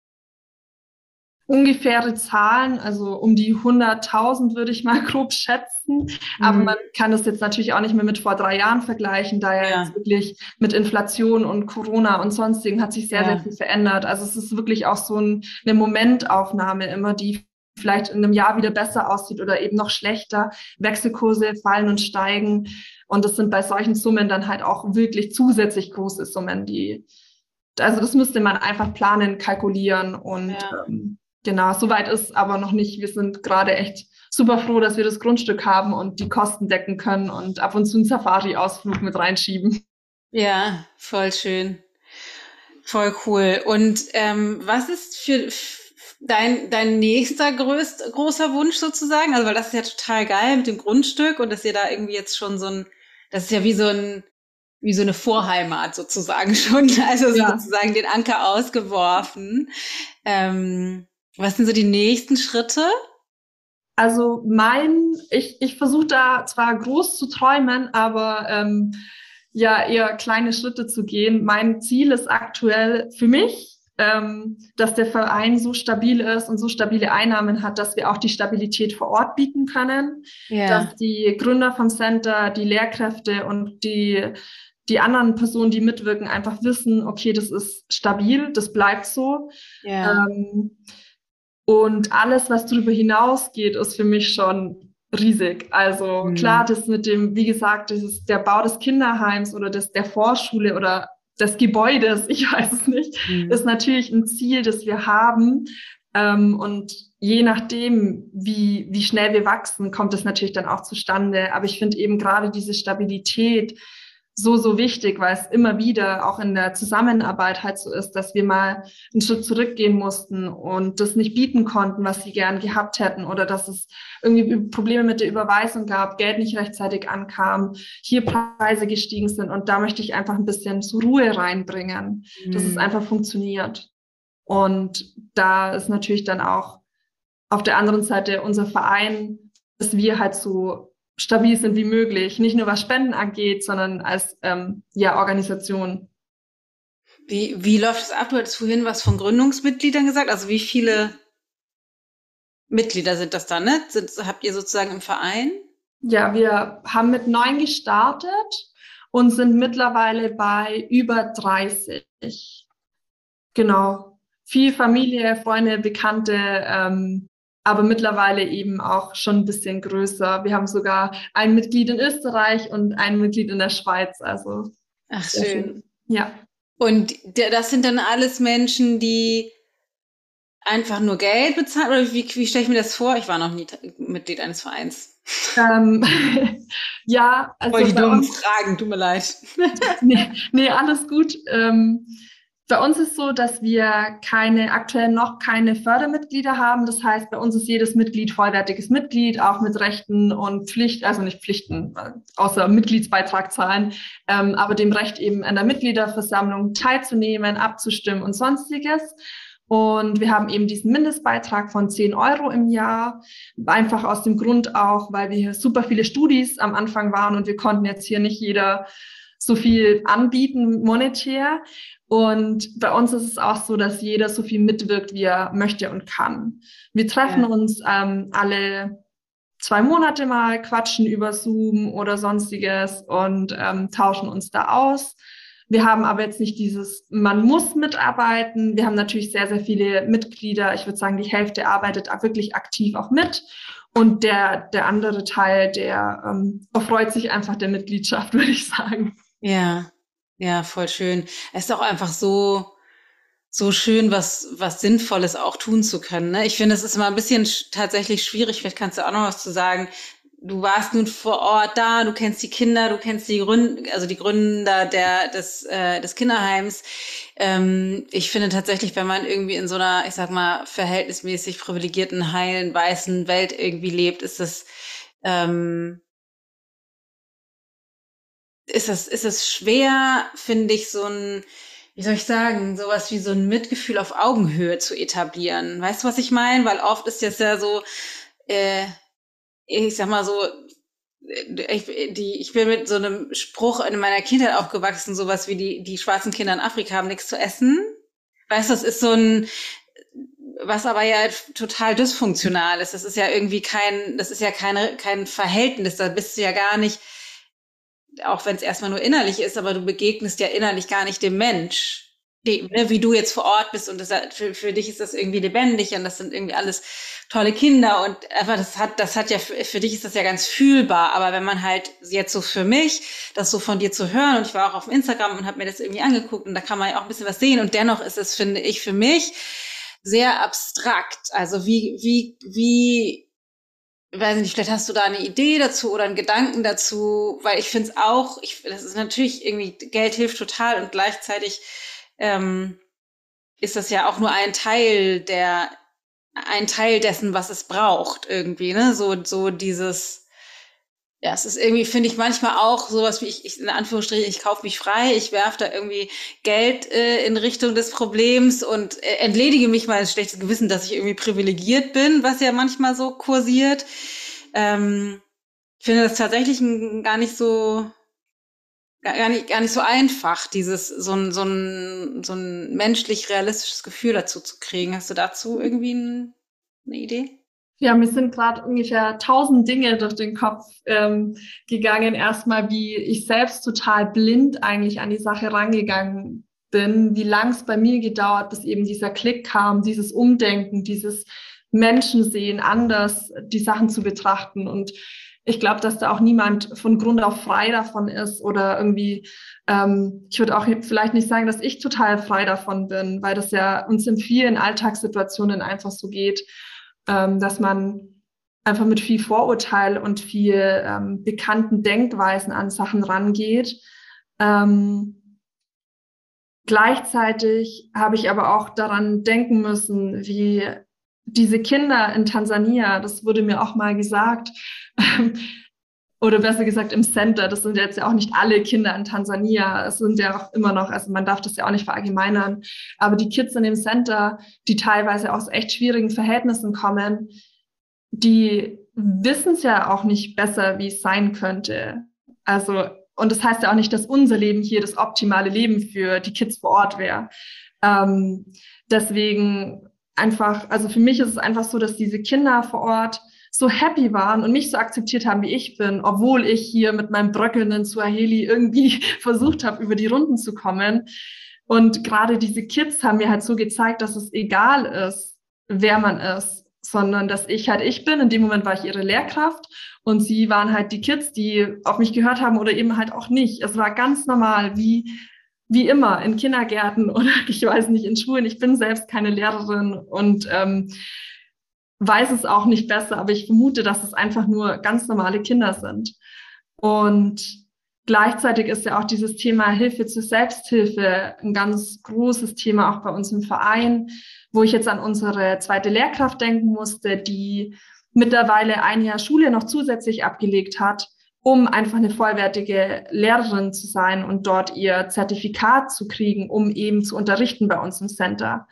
ungefähre Zahlen, also um die hunderttausend würde ich mal grob schätzen. Mhm. Aber man kann das jetzt natürlich auch nicht mehr mit vor drei Jahren vergleichen, da ja, ja jetzt wirklich mit Inflation und Corona und sonstigen hat sich sehr, ja. sehr viel verändert. Also es ist wirklich auch so ein, eine Momentaufnahme immer, die vielleicht in einem Jahr wieder besser aussieht oder eben noch schlechter. Wechselkurse fallen und steigen. Und das sind bei solchen Summen dann halt auch wirklich zusätzlich große Summen, die, also das müsste man einfach planen, kalkulieren und ja. ähm, genau, soweit ist aber noch nicht. Wir sind gerade echt super froh, dass wir das Grundstück haben und die Kosten decken können und ab und zu einen Safari-Ausflug mit reinschieben. Ja, voll schön. Voll cool. Und ähm, was ist für dein dein nächster größt, großer Wunsch sozusagen? Also, weil das ist ja total geil mit dem Grundstück und dass ihr da irgendwie jetzt schon so ein, das ist ja wie so ein wie so eine Vorheimat sozusagen schon, also ja. sozusagen den Anker ausgeworfen. Ähm, was sind so die nächsten Schritte? Also mein, ich, ich versuche da zwar groß zu träumen, aber ähm, ja eher kleine Schritte zu gehen. Mein Ziel ist aktuell für mich, ähm, dass der Verein so stabil ist und so stabile Einnahmen hat, dass wir auch die Stabilität vor Ort bieten können, yeah. dass die Gründer vom Center, die Lehrkräfte und die die anderen Personen, die mitwirken, einfach wissen, okay, das ist stabil, das bleibt so. Yeah. Ähm, und alles, was darüber hinausgeht, ist für mich schon riesig. Also mhm. klar, das mit dem, wie gesagt, das ist der Bau des Kinderheims oder des, der Vorschule oder des Gebäudes, ich weiß es nicht, mhm. ist natürlich ein Ziel, das wir haben. Ähm, und je nachdem, wie, wie schnell wir wachsen, kommt es natürlich dann auch zustande. Aber ich finde eben gerade diese Stabilität so, so wichtig, weil es immer wieder auch in der Zusammenarbeit halt so ist, dass wir mal einen Schritt zurückgehen mussten und das nicht bieten konnten, was sie gern gehabt hätten oder dass es irgendwie Probleme mit der Überweisung gab, Geld nicht rechtzeitig ankam, hier Preise gestiegen sind und da möchte ich einfach ein bisschen zur Ruhe reinbringen, mhm. dass es einfach funktioniert. Und da ist natürlich dann auch auf der anderen Seite unser Verein, dass wir halt so stabil sind wie möglich, nicht nur was Spenden angeht, sondern als ähm, ja Organisation. Wie, wie läuft es ab? Du hattest vorhin was von Gründungsmitgliedern gesagt. Also wie viele Mitglieder sind das dann? Ne? Sind, habt ihr sozusagen im Verein? Ja, wir haben mit neun gestartet und sind mittlerweile bei über dreißig. Genau. Viel Familie, Freunde, Bekannte, ähm, aber mittlerweile eben auch schon ein bisschen größer. Wir haben sogar ein Mitglied in Österreich und ein Mitglied in der Schweiz. Also ach schön. schön. Ja. Und das sind dann alles Menschen, die einfach nur Geld bezahlen? Oder wie, wie stelle ich mir das vor? Ich war noch nie Mitglied eines Vereins. Ähm, ja, also voll die dummen Fragen, tut mir leid. nee, nee, alles gut. Ähm, Bei uns ist so, dass wir keine, aktuell noch keine Fördermitglieder haben. Das heißt, bei uns ist jedes Mitglied vollwertiges Mitglied, auch mit Rechten und Pflicht, also nicht Pflichten, außer Mitgliedsbeitrag zahlen, ähm, aber dem Recht eben an der Mitgliederversammlung teilzunehmen, abzustimmen und sonstiges. Und wir haben eben diesen Mindestbeitrag von zehn Euro im Jahr, einfach aus dem Grund auch, weil wir hier super viele Studis am Anfang waren und wir konnten jetzt hier nicht jeder so viel anbieten monetär. Und bei uns ist es auch so, dass jeder so viel mitwirkt, wie er möchte und kann. Wir treffen ja. uns ähm, alle zwei Monate mal, quatschen über Zoom oder sonstiges und ähm, tauschen uns da aus. Wir haben aber jetzt nicht dieses, man muss mitarbeiten. Wir haben natürlich sehr, sehr viele Mitglieder. Ich würde sagen, die Hälfte arbeitet wirklich aktiv auch mit. Und der, der andere Teil, der ähm, erfreut sich einfach der Mitgliedschaft, würde ich sagen. Ja, ja, voll schön. Es ist auch einfach so, so schön, was, was Sinnvolles auch tun zu können, ne? Ich finde, es ist immer ein bisschen sch- tatsächlich schwierig. Vielleicht kannst du auch noch was zu sagen. Du warst nun vor Ort da, du kennst die Kinder, du kennst die Gründer, also die Gründer der, des, äh, des Kinderheims. Ähm, ich finde tatsächlich, wenn man irgendwie in so einer, ich sag mal, verhältnismäßig privilegierten, heilen, weißen Welt irgendwie lebt, ist das, ähm, ist das, ist es schwer, finde ich, so ein, wie soll ich sagen, sowas wie so ein Mitgefühl auf Augenhöhe zu etablieren. Weißt du, was ich meine? Weil oft ist das ja so, äh, ich sag mal so, ich, die, ich bin mit so einem Spruch in meiner Kindheit aufgewachsen, sowas wie die, die schwarzen Kinder in Afrika haben nichts zu essen. Weißt du, das ist so ein, was aber ja total dysfunktional ist. Das ist ja irgendwie kein, das ist ja keine, kein Verhältnis. Da bist du ja gar nicht, auch wenn es erstmal nur innerlich ist, aber du begegnest ja innerlich gar nicht dem Mensch. Die, ne, wie du jetzt vor Ort bist und das, für, für dich ist das irgendwie lebendig und das sind irgendwie alles tolle Kinder und aber das hat, das hat ja, für, für dich ist das ja ganz fühlbar, aber wenn man halt jetzt so für mich, das so von dir zu hören und ich war auch auf Instagram und habe mir das irgendwie angeguckt und da kann man ja auch ein bisschen was sehen und dennoch ist es, finde ich, für mich sehr abstrakt, also wie, wie, wie, weiß nicht, vielleicht hast du da eine Idee dazu oder einen Gedanken dazu, weil ich finde es auch, ich, das ist natürlich irgendwie, Geld hilft total und gleichzeitig ähm, ist das ja auch nur ein Teil der, ein Teil dessen, was es braucht irgendwie, ne? So, so dieses, ja, es ist irgendwie, finde ich manchmal auch sowas wie ich, ich in Anführungsstrichen, ich kaufe mich frei, ich werfe da irgendwie Geld äh, in Richtung des Problems und äh, entledige mich mal ein schlechtes Gewissen, dass ich irgendwie privilegiert bin, was ja manchmal so kursiert. Ähm, ich finde das tatsächlich ein, gar nicht so gar nicht, gar nicht so einfach, dieses, so ein, so ein, so ein menschlich realistisches Gefühl dazu zu kriegen. Hast du dazu irgendwie ein, eine Idee? Ja, mir sind gerade ungefähr tausend Dinge durch den Kopf ähm, gegangen. Erstmal, wie ich selbst total blind eigentlich an die Sache rangegangen bin, wie lang es bei mir gedauert, bis eben dieser Klick kam, dieses Umdenken, dieses Menschensehen, anders die Sachen zu betrachten. Und ich glaube, dass da auch niemand von Grund auf frei davon ist oder irgendwie, ähm, ich würde auch vielleicht nicht sagen, dass ich total frei davon bin, weil das ja uns in vielen Alltagssituationen einfach so geht, ähm, dass man einfach mit viel Vorurteil und viel ähm, bekannten Denkweisen an Sachen rangeht. Ähm, gleichzeitig habe ich aber auch daran denken müssen, wie diese Kinder in Tansania, das wurde mir auch mal gesagt, oder besser gesagt im Center, das sind jetzt ja auch nicht alle Kinder in Tansania, es sind ja auch immer noch, also man darf das ja auch nicht verallgemeinern, aber die Kids in dem Center, die teilweise aus echt schwierigen Verhältnissen kommen, die wissen es ja auch nicht besser, wie es sein könnte. Also, und das heißt ja auch nicht, dass unser Leben hier das optimale Leben für die Kids vor Ort wäre. Ähm, deswegen einfach, also für mich ist es einfach so, dass diese Kinder vor Ort so happy waren und mich so akzeptiert haben, wie ich bin, obwohl ich hier mit meinem bröckelnden Swahili irgendwie versucht habe, über die Runden zu kommen. Und gerade diese Kids haben mir halt so gezeigt, dass es egal ist, wer man ist, sondern dass ich halt ich bin. In dem Moment war ich ihre Lehrkraft und sie waren halt die Kids, die auf mich gehört haben oder eben halt auch nicht. Es war ganz normal, wie wie immer in Kindergärten oder ich weiß nicht, in Schulen. Ich bin selbst keine Lehrerin und ähm, weiß es auch nicht besser, aber ich vermute, dass es einfach nur ganz normale Kinder sind. Und gleichzeitig ist ja auch dieses Thema Hilfe zur Selbsthilfe ein ganz großes Thema auch bei uns im Verein, wo ich jetzt an unsere zweite Lehrkraft denken musste, die mittlerweile ein Jahr Schule noch zusätzlich abgelegt hat, um einfach eine vollwertige Lehrerin zu sein und dort ihr Zertifikat zu kriegen, um eben zu unterrichten bei uns im Center.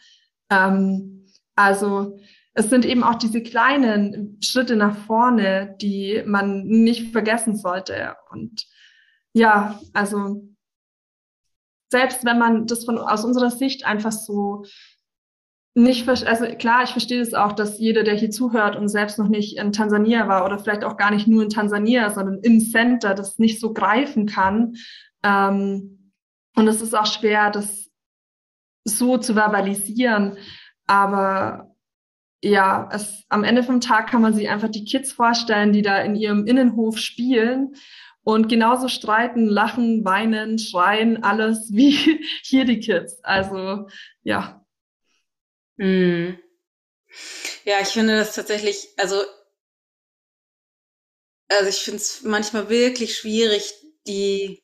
Ähm, also es sind eben auch diese kleinen Schritte nach vorne, die man nicht vergessen sollte. Und ja, also selbst wenn man das von aus unserer Sicht einfach so nicht, also klar, ich verstehe es auch, dass jeder, der hier zuhört und selbst noch nicht in Tansania war oder vielleicht auch gar nicht nur in Tansania, sondern im Center, das nicht so greifen kann. Ähm, und es ist auch schwer, das so zu verbalisieren. Aber ja, es, am Ende vom Tag kann man sich einfach die Kids vorstellen, die da in ihrem Innenhof spielen und genauso streiten, lachen, weinen, schreien, alles wie hier die Kids. Also ja. Hm. Ja, ich finde das tatsächlich, also, also ich finde es manchmal wirklich schwierig, die,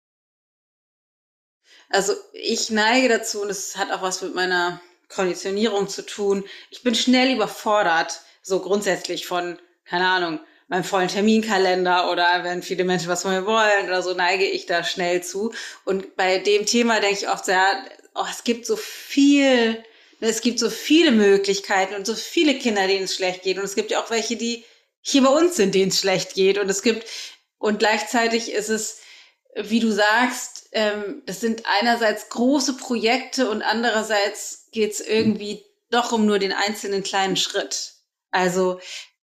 also ich neige dazu, und das hat auch was mit meiner Konditionierung zu tun. Ich bin schnell überfordert, so grundsätzlich von, keine Ahnung, meinem vollen Terminkalender oder wenn viele Menschen was von mir wollen oder so, neige ich da schnell zu. Und bei dem Thema denke ich oft, ja, oh, es gibt so viel, es gibt so viele Möglichkeiten und so viele Kinder, denen es schlecht geht. Und es gibt ja auch welche, die hier bei uns sind, denen es schlecht geht. Und es gibt, und gleichzeitig ist es, wie du sagst, ähm, das sind einerseits große Projekte und andererseits geht's irgendwie doch um nur den einzelnen kleinen Schritt. Also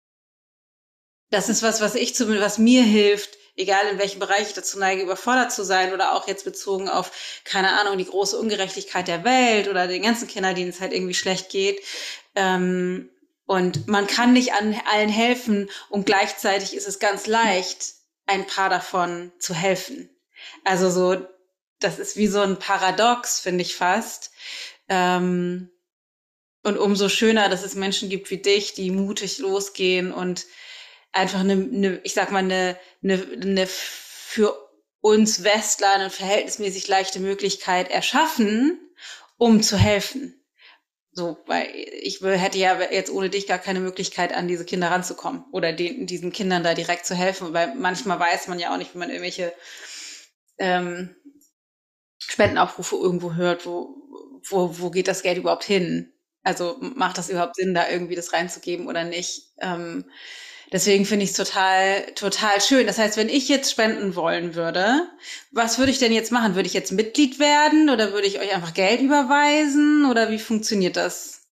das ist was, was ich zumindest, was mir hilft, egal in welchem Bereich ich dazu neige, überfordert zu sein oder auch jetzt bezogen auf, keine Ahnung, die große Ungerechtigkeit der Welt oder den ganzen Kindern, denen es halt irgendwie schlecht geht. Ähm, und man kann nicht an allen helfen und gleichzeitig ist es ganz leicht, ein paar davon zu helfen. Also so, das ist wie so ein Paradox, finde ich fast. Ähm, und umso schöner, dass es Menschen gibt wie dich, die mutig losgehen und einfach eine, eine ich sag mal, eine, eine, eine für uns Westler eine verhältnismäßig leichte Möglichkeit erschaffen, um zu helfen. So, weil ich hätte ja jetzt ohne dich gar keine Möglichkeit, an diese Kinder ranzukommen oder den, diesen Kindern da direkt zu helfen, weil manchmal weiß man ja auch nicht, wie man irgendwelche ähm, Spendenaufrufe irgendwo hört, wo, wo, wo geht das Geld überhaupt hin? Also macht das überhaupt Sinn, da irgendwie das reinzugeben oder nicht? Ähm, deswegen finde ich es total, total schön. Das heißt, wenn ich jetzt spenden wollen würde, was würde ich denn jetzt machen? Würde ich jetzt Mitglied werden oder würde ich euch einfach Geld überweisen oder wie funktioniert das?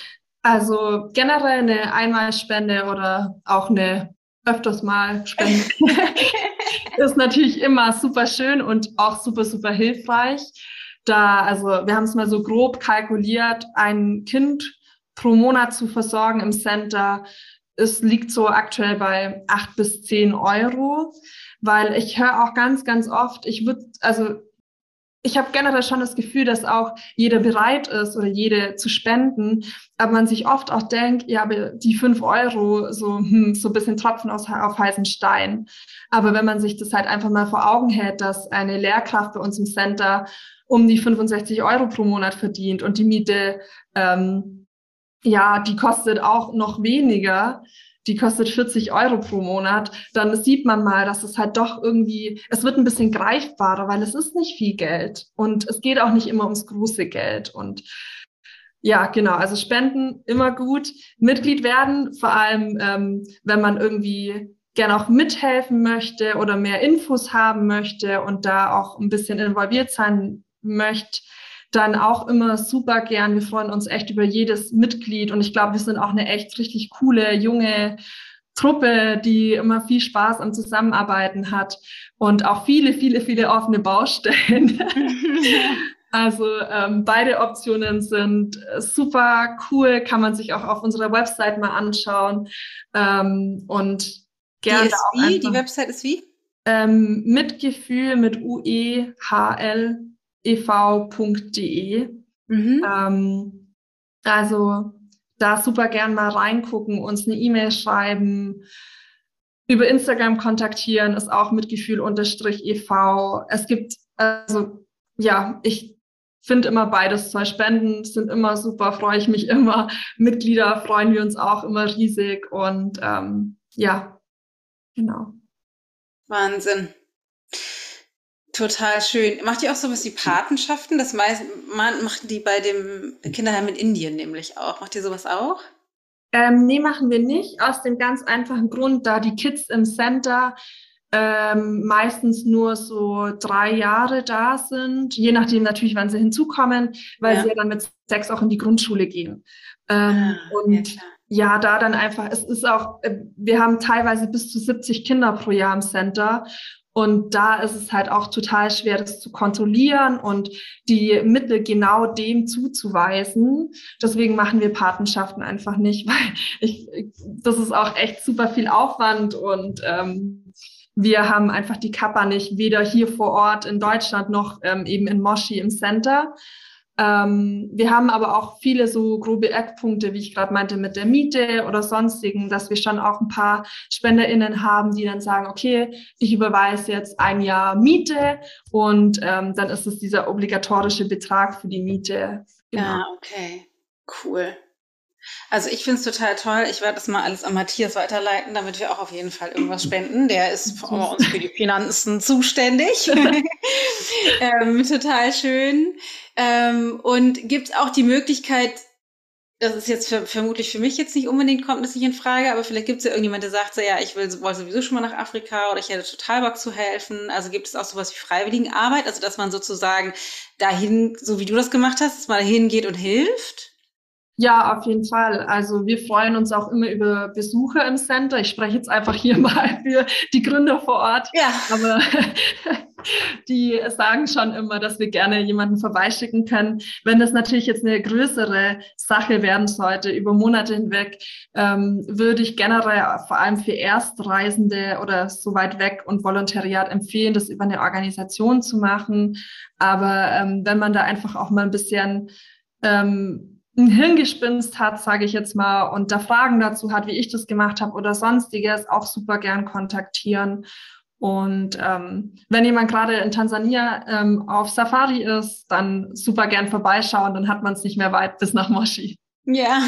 Also generell eine Einmalspende oder auch eine öfters mal Spende ist natürlich immer super schön und auch super, super hilfreich. Da, also wir haben es mal so grob kalkuliert, ein Kind pro Monat zu versorgen im Center, es liegt so aktuell bei acht bis zehn Euro, weil ich höre auch ganz, ganz oft, ich würde, also ich habe generell schon das Gefühl, dass auch jeder bereit ist oder jede zu spenden, aber man sich oft auch denkt, ja, aber die fünf Euro, so, hm, so ein bisschen Tropfen aus, auf heißen Stein. Aber wenn man sich das halt einfach mal vor Augen hält, dass eine Lehrkraft bei uns im Center um die fünfundsechzig Euro pro Monat verdient und die Miete, ähm, ja, die kostet auch noch weniger, die kostet vierzig Euro pro Monat, dann sieht man mal, dass es halt doch irgendwie, es wird ein bisschen greifbarer, weil es ist nicht viel Geld und es geht auch nicht immer ums große Geld. Und ja, genau, also Spenden immer gut, Mitglied werden, vor allem ähm, wenn man irgendwie gerne auch mithelfen möchte oder mehr Infos haben möchte und da auch ein bisschen involviert sein möchte, dann auch immer super gern. Wir freuen uns echt über jedes Mitglied und ich glaube, wir sind auch eine echt richtig coole, junge Truppe, die immer viel Spaß am Zusammenarbeiten hat und auch viele, viele, viele offene Baustellen. Also ähm, beide Optionen sind super cool, kann man sich auch auf unserer Website mal anschauen ähm, und gerne Die ist auch wie? einfach Die Website ist wie? ähm, Mitgefühl mit U E H L E V punkt de. Mhm. Ähm, also da super gern mal reingucken, uns eine E-Mail schreiben, über Instagram kontaktieren, ist auch Mitgefühl unterstrich E V. Es gibt, also ja, ich finde immer beides toll. Spenden sind immer super, freue ich mich immer. Mitglieder freuen wir uns auch immer riesig und ähm, ja, genau. Wahnsinn. Total schön. Macht ihr auch sowas wie Patenschaften? Das meist, man macht die bei dem Kinderheim in Indien nämlich auch. Macht ihr sowas auch? Ähm, nee, machen wir nicht. Aus dem ganz einfachen Grund, da die Kids im Center ähm, meistens nur so drei Jahre da sind, je nachdem natürlich, wann sie hinzukommen, weil Ja. sie ja dann mit sechs auch in die Grundschule gehen. Ähm, Ah, und ja, ja, da dann einfach, es ist auch, äh, wir haben teilweise bis zu siebzig Kinder pro Jahr im Center. Und da ist es halt auch total schwer, das zu kontrollieren und die Mittel genau dem zuzuweisen. Deswegen machen wir Patenschaften einfach nicht, weil ich, das ist auch echt super viel Aufwand und ähm, wir haben einfach die Kappa nicht, weder hier vor Ort in Deutschland noch ähm, eben in Moshi im Center. Ähm, wir haben aber auch viele so grobe Eckpunkte, wie ich gerade meinte, mit der Miete oder sonstigen, dass wir schon auch ein paar SpenderInnen haben, die dann sagen, okay, ich überweise jetzt ein Jahr Miete und ähm, dann ist es dieser obligatorische Betrag für die Miete. Genau. Ah, okay. Cool. Also ich finde es total toll. Ich werde das mal alles an Matthias weiterleiten, damit wir auch auf jeden Fall irgendwas spenden. Der ist für uns für die Finanzen zuständig. ähm, total schön. Ähm, und gibt es auch die Möglichkeit, das ist jetzt für, vermutlich für mich jetzt nicht unbedingt, kommt das nicht in Frage, aber vielleicht gibt es ja irgendjemand, der sagt so, ja, ich will wollte sowieso schon mal nach Afrika oder ich hätte total Bock zu helfen. Also gibt es auch sowas wie Freiwilligenarbeit, also dass man sozusagen dahin, so wie du das gemacht hast, dass man dahin geht und hilft? Ja, auf jeden Fall. Also wir freuen uns auch immer über Besucher im Center. Ich spreche jetzt einfach hier mal für die Gründer vor Ort. Ja. Aber die sagen schon immer, dass wir gerne jemanden vorbeischicken können. Wenn das natürlich jetzt eine größere Sache werden sollte, über Monate hinweg, ähm, würde ich generell vor allem für Erstreisende oder so weit weg und Volontariat empfehlen, das über eine Organisation zu machen. Aber ähm, wenn man da einfach auch mal ein bisschen ähm, ein Hirngespinst hat, sage ich jetzt mal, und da Fragen dazu hat, wie ich das gemacht habe oder sonstiges, auch super gern kontaktieren. Und ähm, wenn jemand gerade in Tansania ähm, auf Safari ist, dann super gern vorbeischauen, dann hat man es nicht mehr weit bis nach Moshi. Ja,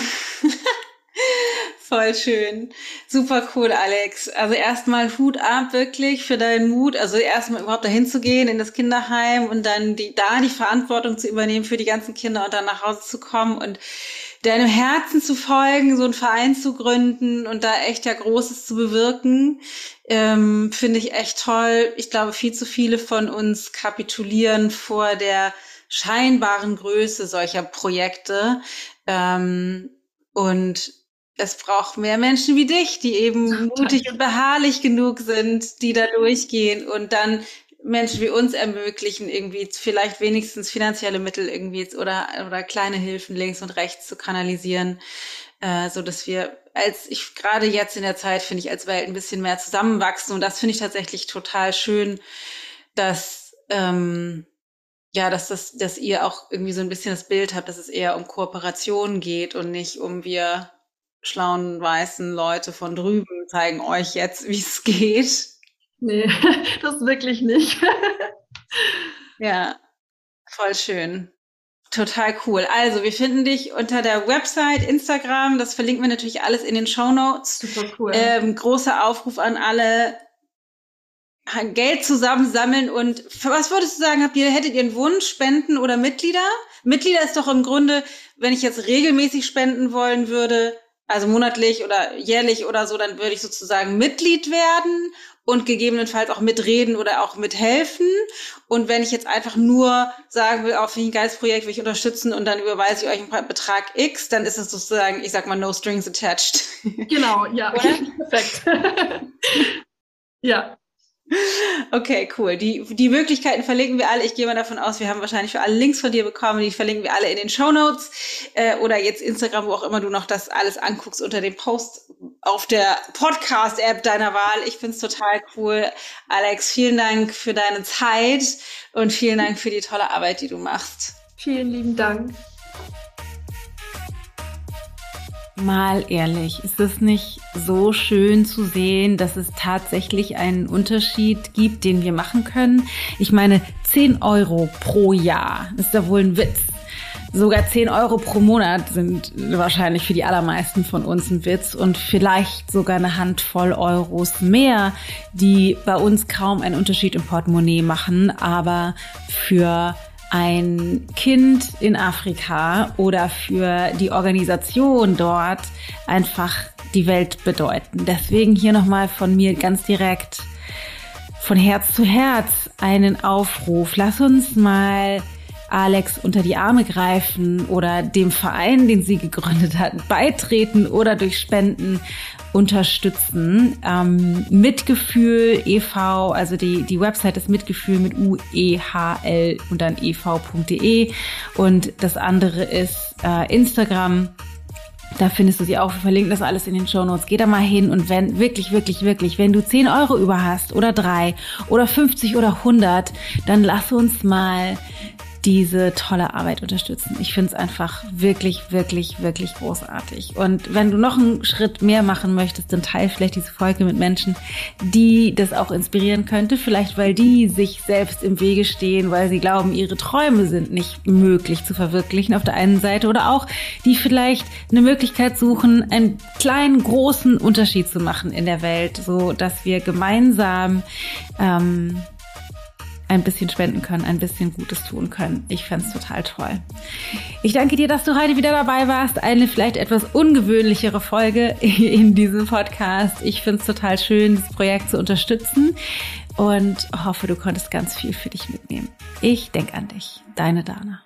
voll schön. Super cool, Alex. Also erstmal Hut ab wirklich für deinen Mut. Also erstmal überhaupt dahin zu gehen in das Kinderheim und dann die, da die Verantwortung zu übernehmen für die ganzen Kinder und dann nach Hause zu kommen und deinem Herzen zu folgen, so einen Verein zu gründen und da echt ja Großes zu bewirken, ähm, finde ich echt toll. Ich glaube, viel zu viele von uns kapitulieren vor der scheinbaren Größe solcher Projekte. Ähm, und es braucht mehr Menschen wie dich, die eben mutig und beharrlich genug sind, die da durchgehen und dann Menschen wie uns ermöglichen, irgendwie vielleicht wenigstens finanzielle Mittel irgendwie oder oder kleine Hilfen links und rechts zu kanalisieren, äh, so dass wir als ich gerade jetzt in der Zeit finde ich als Welt ein bisschen mehr zusammenwachsen und das finde ich tatsächlich total schön, dass ähm, ja, dass das, dass ihr auch irgendwie so ein bisschen das Bild habt, dass es eher um Kooperation geht und nicht um wir schlauen weißen Leute von drüben zeigen euch jetzt, wie es geht. Nee, das wirklich nicht. Ja, voll schön. Total cool. Also, wir finden dich unter der Website, Instagram, das verlinken wir natürlich alles in den Shownotes. Super cool. Ähm, großer Aufruf an alle, Geld zusammensammeln und was würdest du sagen, habt ihr, hättet ihr einen Wunsch, Spenden oder Mitglieder? Mitglieder ist doch im Grunde, wenn ich jetzt regelmäßig spenden wollen würde, also monatlich oder jährlich oder so, dann würde ich sozusagen Mitglied werden und gegebenenfalls auch mitreden oder auch mithelfen. Und wenn ich jetzt einfach nur sagen will, auch finde ich ein geiles Projekt, will ich unterstützen und dann überweise ich euch einen Betrag X, dann ist es sozusagen, ich sag mal, no strings attached. Genau, ja. Oder? Perfekt. Ja. Okay, cool. Die, die Möglichkeiten verlinken wir alle. Ich gehe mal davon aus, wir haben wahrscheinlich für alle Links von dir bekommen. Die verlinken wir alle in den Shownotes äh, oder jetzt Instagram, wo auch immer du noch das alles anguckst unter dem Post auf der Podcast-App deiner Wahl. Ich find's total cool. Alex, vielen Dank für deine Zeit und vielen Dank für die tolle Arbeit, die du machst. Vielen lieben Dank. Mal ehrlich, ist es nicht so schön zu sehen, dass es tatsächlich einen Unterschied gibt, den wir machen können? Ich meine, zehn Euro pro Jahr ist ja wohl ein Witz. Sogar zehn Euro pro Monat sind wahrscheinlich für die allermeisten von uns ein Witz und vielleicht sogar eine Handvoll Euros mehr, die bei uns kaum einen Unterschied im Portemonnaie machen, aber für ein Kind in Afrika oder für die Organisation dort einfach die Welt bedeuten. Deswegen hier nochmal von mir ganz direkt von Herz zu Herz einen Aufruf. Lass uns mal Alex unter die Arme greifen oder dem Verein, den sie gegründet hat, beitreten oder durch Spenden unterstützen. Ähm, Mitgefühl e V, also die, die Website ist Mitgefühl mit U E H L und dann e v punkt de und das andere ist äh, Instagram. Da findest du sie auch. Wir verlinken das alles in den Shownotes. Geh da mal hin und wenn, wirklich, wirklich, wirklich, wenn du zehn Euro über hast oder drei oder fünfzig oder hundert, dann lass uns mal diese tolle Arbeit unterstützen. Ich finde es einfach wirklich, wirklich, wirklich großartig. Und wenn du noch einen Schritt mehr machen möchtest, dann teile vielleicht diese Folge mit Menschen, die das auch inspirieren könnte. Vielleicht, weil die sich selbst im Wege stehen, weil sie glauben, ihre Träume sind nicht möglich zu verwirklichen auf der einen Seite oder auch, die vielleicht eine Möglichkeit suchen, einen kleinen, großen Unterschied zu machen in der Welt, so dass wir gemeinsam ähm, ein bisschen spenden können, ein bisschen Gutes tun können. Ich fänd's total toll. Ich danke dir, dass du heute wieder dabei warst. Eine vielleicht etwas ungewöhnlichere Folge in diesem Podcast. Ich find's total schön, das Projekt zu unterstützen und hoffe, du konntest ganz viel für dich mitnehmen. Ich denk an dich. Deine Dana.